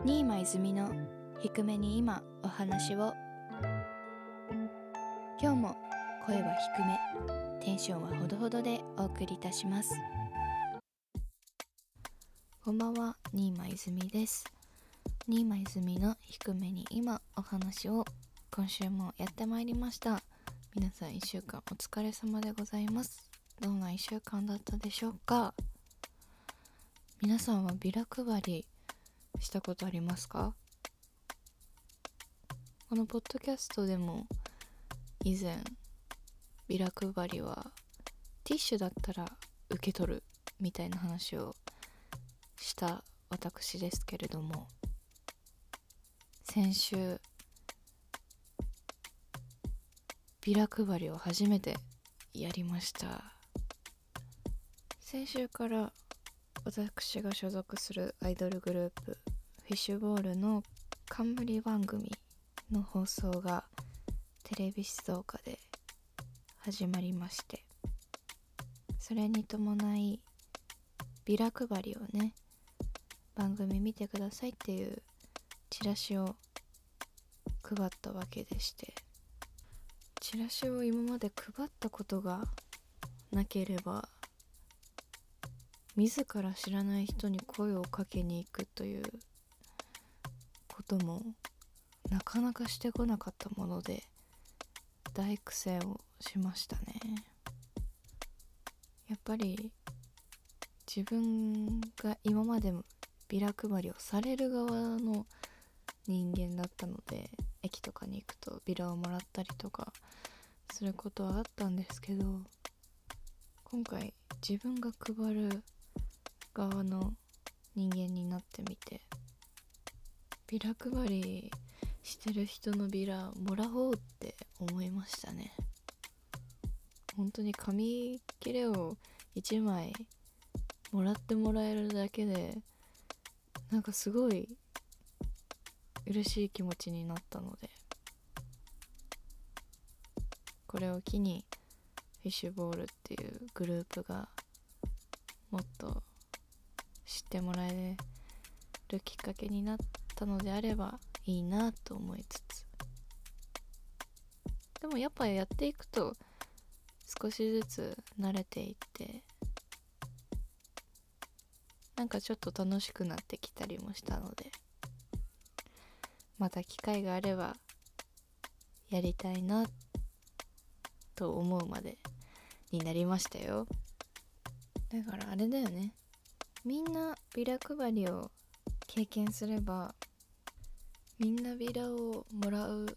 新間泉の低めに今お話を。今日も声は低め、テンションはほどほどでお送りいたします。こんばんは、新間泉です。新間泉の低めに今お話を、今週もやってまいりました。皆さん1週間お疲れ様でございます。どんな1週間だったでしょうか。皆さんはビラ配りしたことありますか？このポッドキャストでも以前ビラ配りはティッシュだったら受け取るみたいな話をした私ですけれども、先週ビラ配りを初めてやりました。先週から私が所属するアイドルグループフィッシュボールの冠番組の放送がテレビ静岡で始まりまして、それに伴いビラ配りをね、番組見てくださいっていうチラシを配ったわけでして、チラシを今まで配ったことがなければ自ら知らない人に声をかけに行くということもなかなかしてこなかったもので、大苦戦をしましたね。やっぱり自分が今までビラ配りをされる側の人間だったので、駅とかに行くとビラをもらったりとかすることはあったんですけど、今回自分が配る側の人間になってみて、ビラ配りしてる人のビラもらおうって思いましたね。本当に紙切れを1枚もらってもらえるだけでなんかすごい嬉しい気持ちになったので、これを機にフィッシュボールっていうグループがもっと知ってもらえるきっかけになったのであればいいなと思いつつ、でもやっぱやっていくと少しずつ慣れていって、なんかちょっと楽しくなってきたりもしたので、また機会があればやりたいなと思うまでになりましたよ。だからあれだよね、みんなビラ配りを経験すればみんなビラをもらう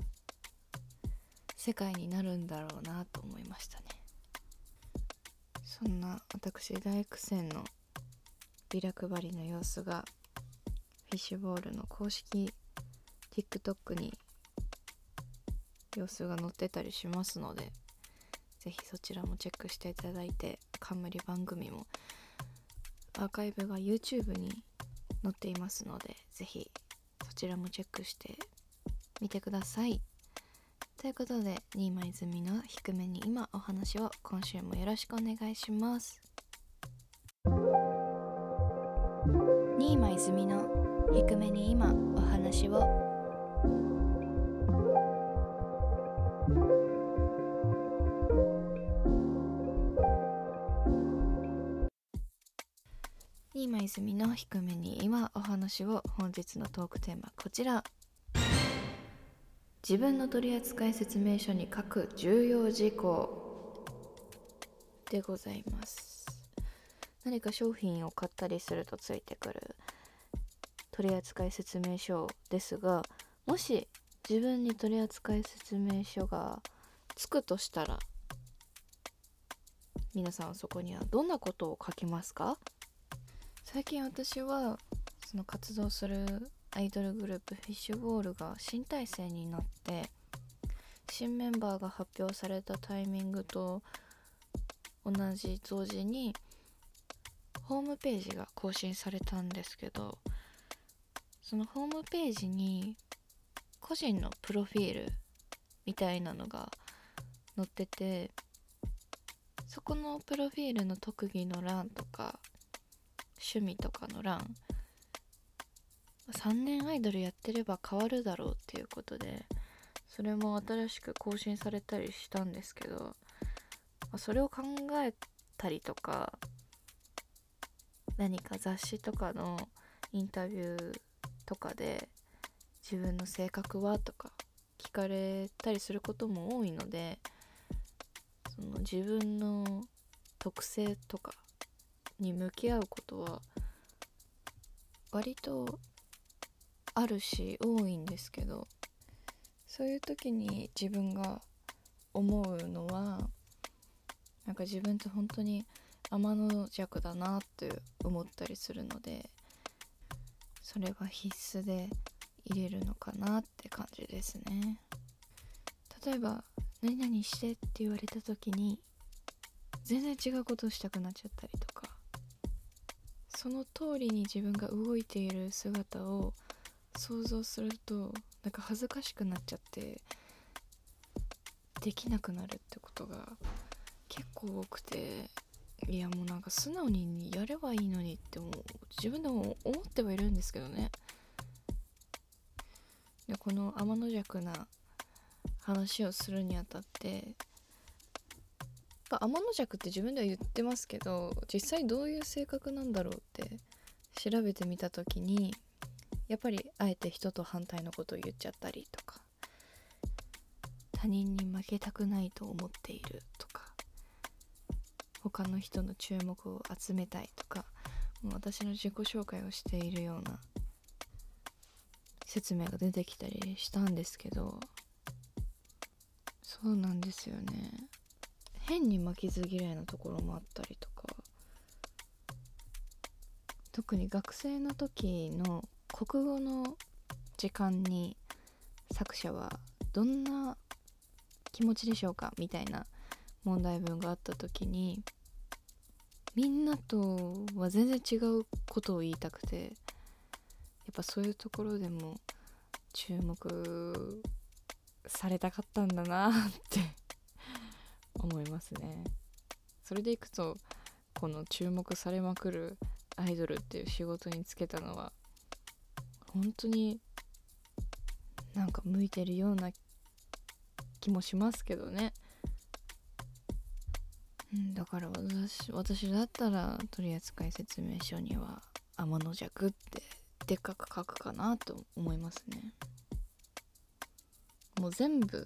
世界になるんだろうなと思いましたね。そんな私大苦戦のビラ配りの様子がフィッシュボールの公式 TikTok に様子が載ってたりしますので、ぜひそちらもチェックしていただいて、冠番組もアーカイブが YouTube に載っていますので、ぜひそちらもチェックしてみてください。ということで、新間泉の低めに今お話を、今週もよろしくお願いします。新間泉の低めに今お話を。新間泉の低めに今お話を。本日のトークテーマこちら、自分の取扱説明書に書く重要事項でございます。何か商品を買ったりするとついてくる取扱説明書ですが、もし自分に取扱説明書がつくとしたら、皆さんはそこにはどんなことを書きますか？最近私はその活動するアイドルグループフィッシュボールが新体制になって、新メンバーが発表されたタイミングと同時にホームページが更新されたんですけど、そのホームページに個人のプロフィールみたいなのが載ってて、そこのプロフィールの特技の欄とか趣味とかの欄 3年アイドルやってれば変わるだろうっていうことで、それも新しく更新されたりしたんですけど、それを考えたりとか、何か雑誌とかのインタビューとかで自分の性格はとか聞かれたりすることも多いので、その自分の特性とかに向き合うことは割とあるし多いんですけど、そういう時に自分が思うのは、なんか自分って本当に天の弱だなって思ったりするので、それは必須で入れるのかなって感じですね。例えば何々してって言われた時に全然違うことをしたくなっちゃったりとか、その通りに自分が動いている姿を想像するとなんか恥ずかしくなっちゃってできなくなるってことが結構多くて、いやもうなんか素直にやればいいのにって自分でも思ってはいるんですけどね。でこの天の弱な話をするにあたって、天の弱って自分では言ってますけど、実際どういう性格なんだろうって調べてみた時に、やっぱりあえて人と反対のことを言っちゃったりとか、他人に負けたくないと思っているとか、他の人の注目を集めたいとか、もう私の自己紹介をしているような説明が出てきたりしたんですけど、そうなんですよね。変に負けず嫌いなところもあったりとか、特に学生の時の国語の時間に作者はどんな気持ちでしょうかみたいな問題文があった時に、みんなとは全然違うことを言いたくて、やっぱそういうところでも注目されたかったんだなって思いますね。それでいくと、この注目されまくるアイドルっていう仕事に就けたのは本当になんか向いてるような気もしますけどね。だから私だったら取扱説明書には天の弱ってでっかく書くかなと思いますね。もう全部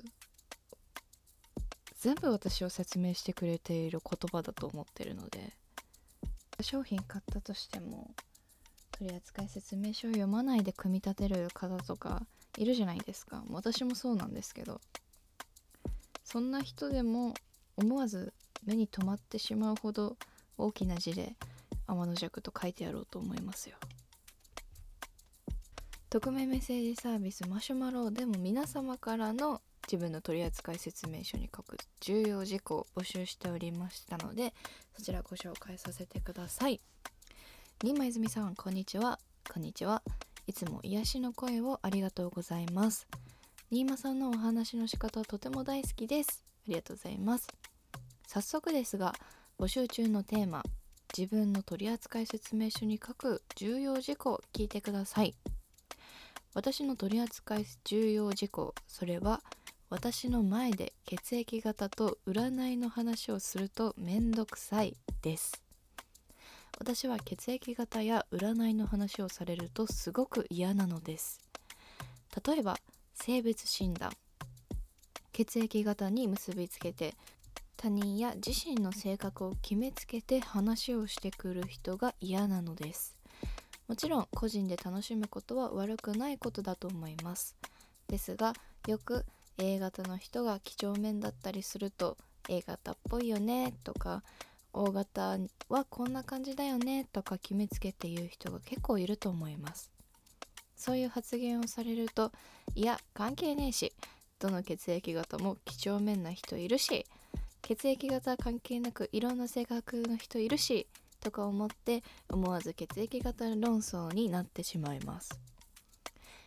私を説明してくれている言葉だと思ってるので、商品買ったとしても取扱説明書を読まないで組み立てる方とかいるじゃないですか。私もそうなんですけど、そんな人でも思わず目に留まってしまうほど大きな字で天の弱と書いてやろうと思いますよ。匿名メッセージサービスマシュマロでも皆様からの自分の取扱説明書に書く重要事項を募集しておりましたので、そちらご紹介させてください。新間泉さん、こんにちは。こんにちは。いつも癒しの声をありがとうございます。新間さんのお話の仕方はとても大好きです。ありがとうございます。早速ですが、募集中のテーマ、自分の取扱説明書に書く重要事項、聞いてください。私の取扱重要事項、それは私の前で血液型と占いの話をするとめんどくさいです。私は血液型や占いの話をされるとすごく嫌なのです。例えば性別診断、血液型に結びつけて他人や自身の性格を決めつけて話をしてくる人が嫌なのです。もちろん個人で楽しむことは悪くないことだと思います。ですが、よく A 型の人が几帳面だったりすると A 型っぽいよねとか、O 型はこんな感じだよねとか決めつけて言う人が結構いると思います。そういう発言をされると、いや関係ねえし、どの血液型も几帳面な人いるし、血液型関係なくいろんな性格の人いるしとか思って思わず血液型論争になってしまいます。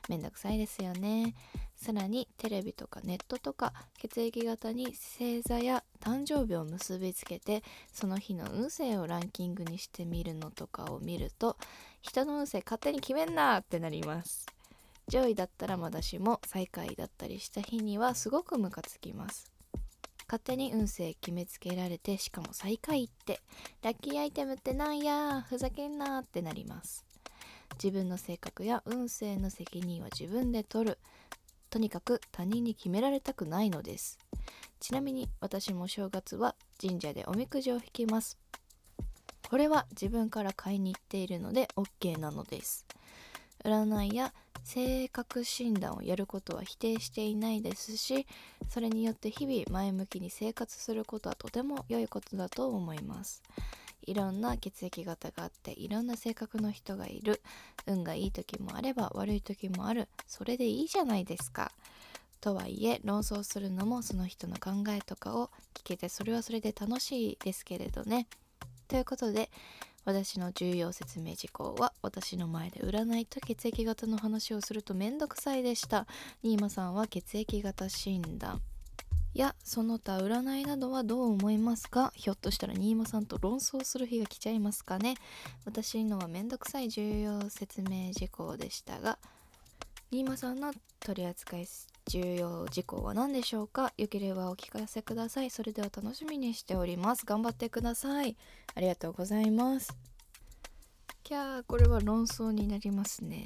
めんどくさいですよね。さらにテレビとかネットとか血液型に星座や誕生日を結びつけてその日の運勢をランキングにしてみるのとかを見ると、人の運勢勝手に決めんなってなります。上位だったらまだしも最下位だったりした日にはすごくムカつきます。勝手に運勢決めつけられて、しかも最下位ってラッキーアイテムってなんや、ふざけんなってなります。自分の性格や運勢の責任は自分で取る。とにかく他人に決められたくないのです。ちなみに私も正月は神社でおみくじを引きます。これは自分から買いに行っているので OK なのです。占いや性格診断をやることは否定していないですし、それによって日々前向きに生活することはとても良いことだと思います。いろんな血液型があっていろんな性格の人がいる。運がいい時もあれば悪い時もある。それでいいじゃないですか。とはいえ論争するのもその人の考えとかを聞けて、それはそれで楽しいですけれどね。ということで、私の重要説明事項は、私の前で占いと血液型の話をするとめんどくさいでした。ニーマさんは血液型診断やその他占いなどはどう思いますか？ひょっとしたら新間さんと論争する日が来ちゃいますかね。私のはめんどくさい重要説明事項でしたが、新間さんの取り扱い重要事項は何でしょうか？よければお聞かせください。それでは楽しみにしております。頑張ってください。ありがとうございます。これは論争になりますね。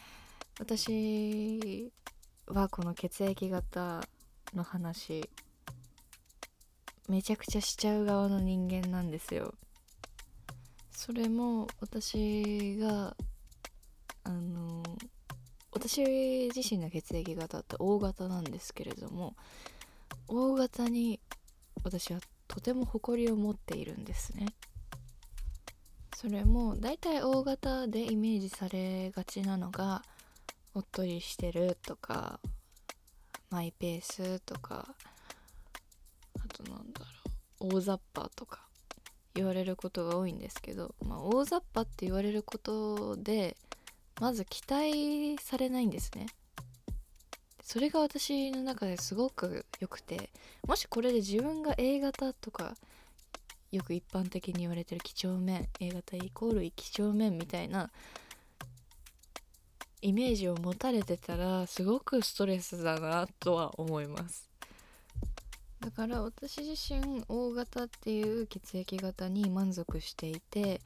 私はこの血液型の話めちゃくちゃしちゃう側の人間なんですよ。それも私が私自身の血液型って O 型なんですけれども、 O 型に私はとても誇りを持っているんですね。それもだいたい O 型でイメージされがちなのが、おっとりしてるとかマイペースとか、あとなんだろう、大雑把とか言われることが多いんですけど、大雑把って言われることでまず期待されないんですね。それが私の中ですごく良くて、もしこれで自分が A 型とか、よく一般的に言われてる几帳面、 A 型イコール几帳面みたいなイメージを持たれてたらすごくストレスだなとは思います。だから私自身 O 型っていう血液型に満足していて、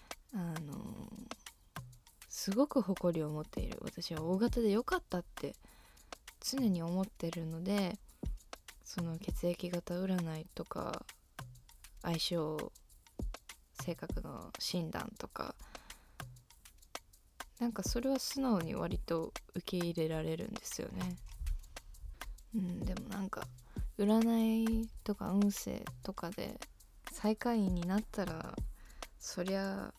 すごく誇りを持っている。私は O 型で良かったって常に思ってるので、その血液型占いとか相性性格の診断とか、なんかそれは素直に割と受け入れられるんですよね。でもなんか占いとか運勢とかで最下位になったら、そりゃ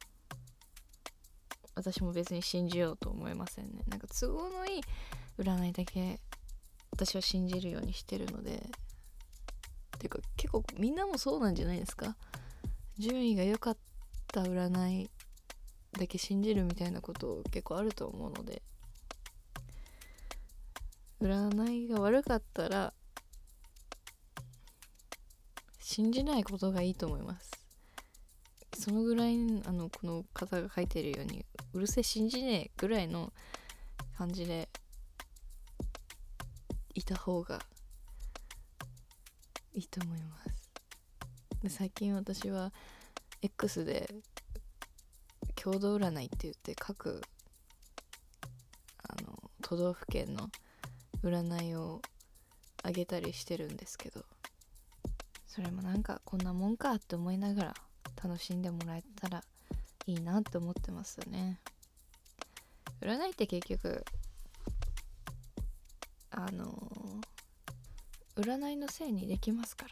私も別に信じようと思いませんね。なんか都合のいい占いだけ私は信じるようにしてるので、てか結構みんなもそうなんじゃないですか。順位が良かった占いだけ信じるみたいなこと結構あると思うので、占いが悪かったら信じないことがいいと思います。そのぐらいこの方が書いてるようにうるせえ信じねえぐらいの感じでいた方がいいと思います。で、最近私は X で郷土占いって言って各都道府県の占いをあげたりしてるんですけど、それもなんかこんなもんかって思いながら楽しんでもらえたらいいなって思ってますよね。占いって結局占いのせいにできますから。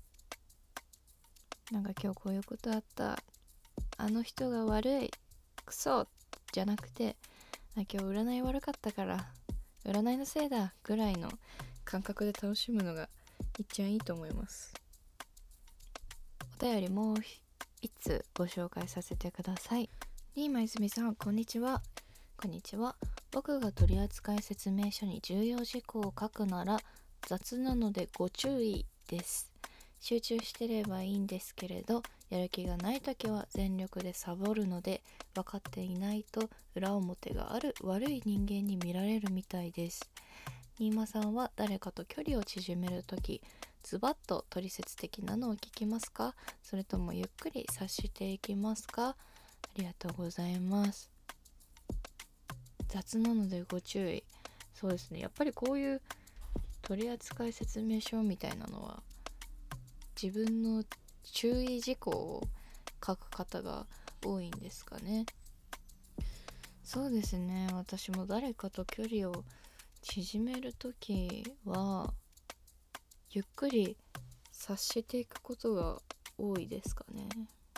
なんか今日こういうことあった、あの人が悪い、クソじゃなくて、今日占い悪かったから占いのせいだぐらいの感覚で楽しむのが一番いいと思います。お便りもう一つご紹介させてください。新間いずみさん、こんにちは。こんにちは。 僕が取扱説明書に重要事項を書くなら雑なのでご注意です。集中してればいいんですけれど、やる気がない時は全力でサボるので、分かっていないと裏表がある悪い人間に見られるみたいです。新間さんは誰かと距離を縮めるとき、ズバッと取説的なのを聞きますか？それともゆっくり察していきますか？ありがとうございます。雑なのでご注意。そうですね、やっぱりこういう取扱説明書みたいなのは自分の注意事項を書く方が多いんですかね。そうですね、私も誰かと距離を縮めるときはゆっくり察していくことが多いですかね。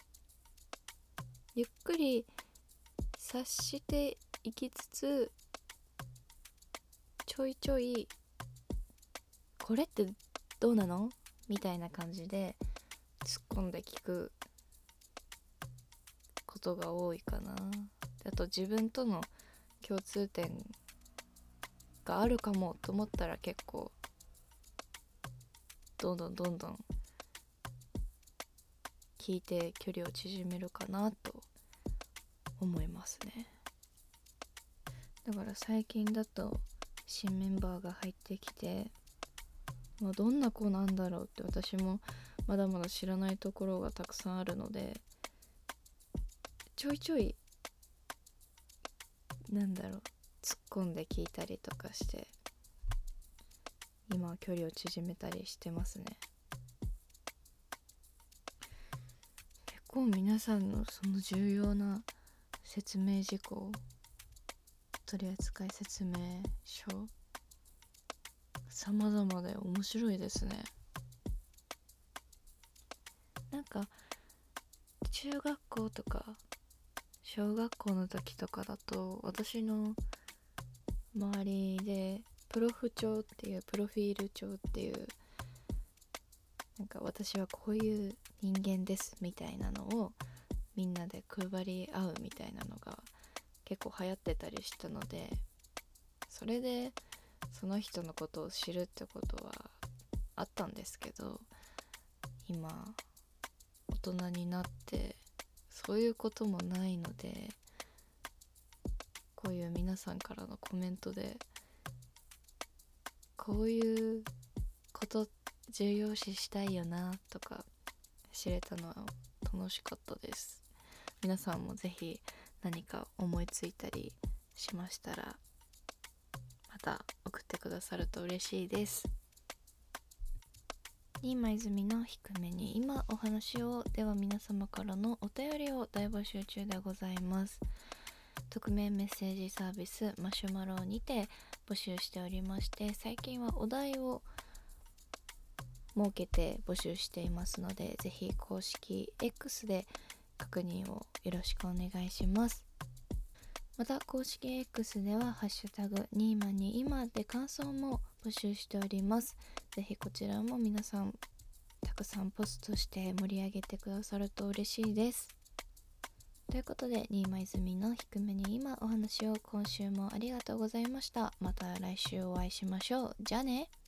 ゆっくり察していきつつ、ちょいちょいこれってどうなのみたいな感じで突っ込んで聞くことが多いかな。あと自分との共通点があるかもと思ったら結構どんどん聞いて距離を縮めるかなと思いますね。だから最近だと新メンバーが入ってきて、どんな子なんだろうって私もまだまだ知らないところがたくさんあるので、ちょいちょい突っ込んで聞いたりとかして今は距離を縮めたりしてますね。結構皆さんのその重要な説明事項、取扱説明書様々で面白いですね。なんか中学校とか小学校の時とかだと私の周りでプロフィール帳っていう、なんか私はこういう人間ですみたいなのをみんなで配り合うみたいなのが結構流行ってたりしたので、それでその人のことを知るってことはあったんですけど、今大人になってそういうこともないので、こういう皆さんからのコメントでこういうこと重要視したいよなとか知れたのは楽しかったです。皆さんもぜひ何か思いついたりしましたらまた送ってくださると嬉しいです。新間泉の低めに今お話をでは皆様からのお便りを大募集中でございます。匿名メッセージサービスマシュマロにて募集しておりまして、最近はお題を設けて募集していますので、ぜひ公式 X で確認をよろしくお願いします。また公式 X ではハッシュタグニーマに今で感想も募集しております。ぜひこちらも皆さんたくさんポストして盛り上げてくださると嬉しいです。ということで、新間泉の低めに今お話を今週もありがとうございました。また来週お会いしましょう。じゃあね。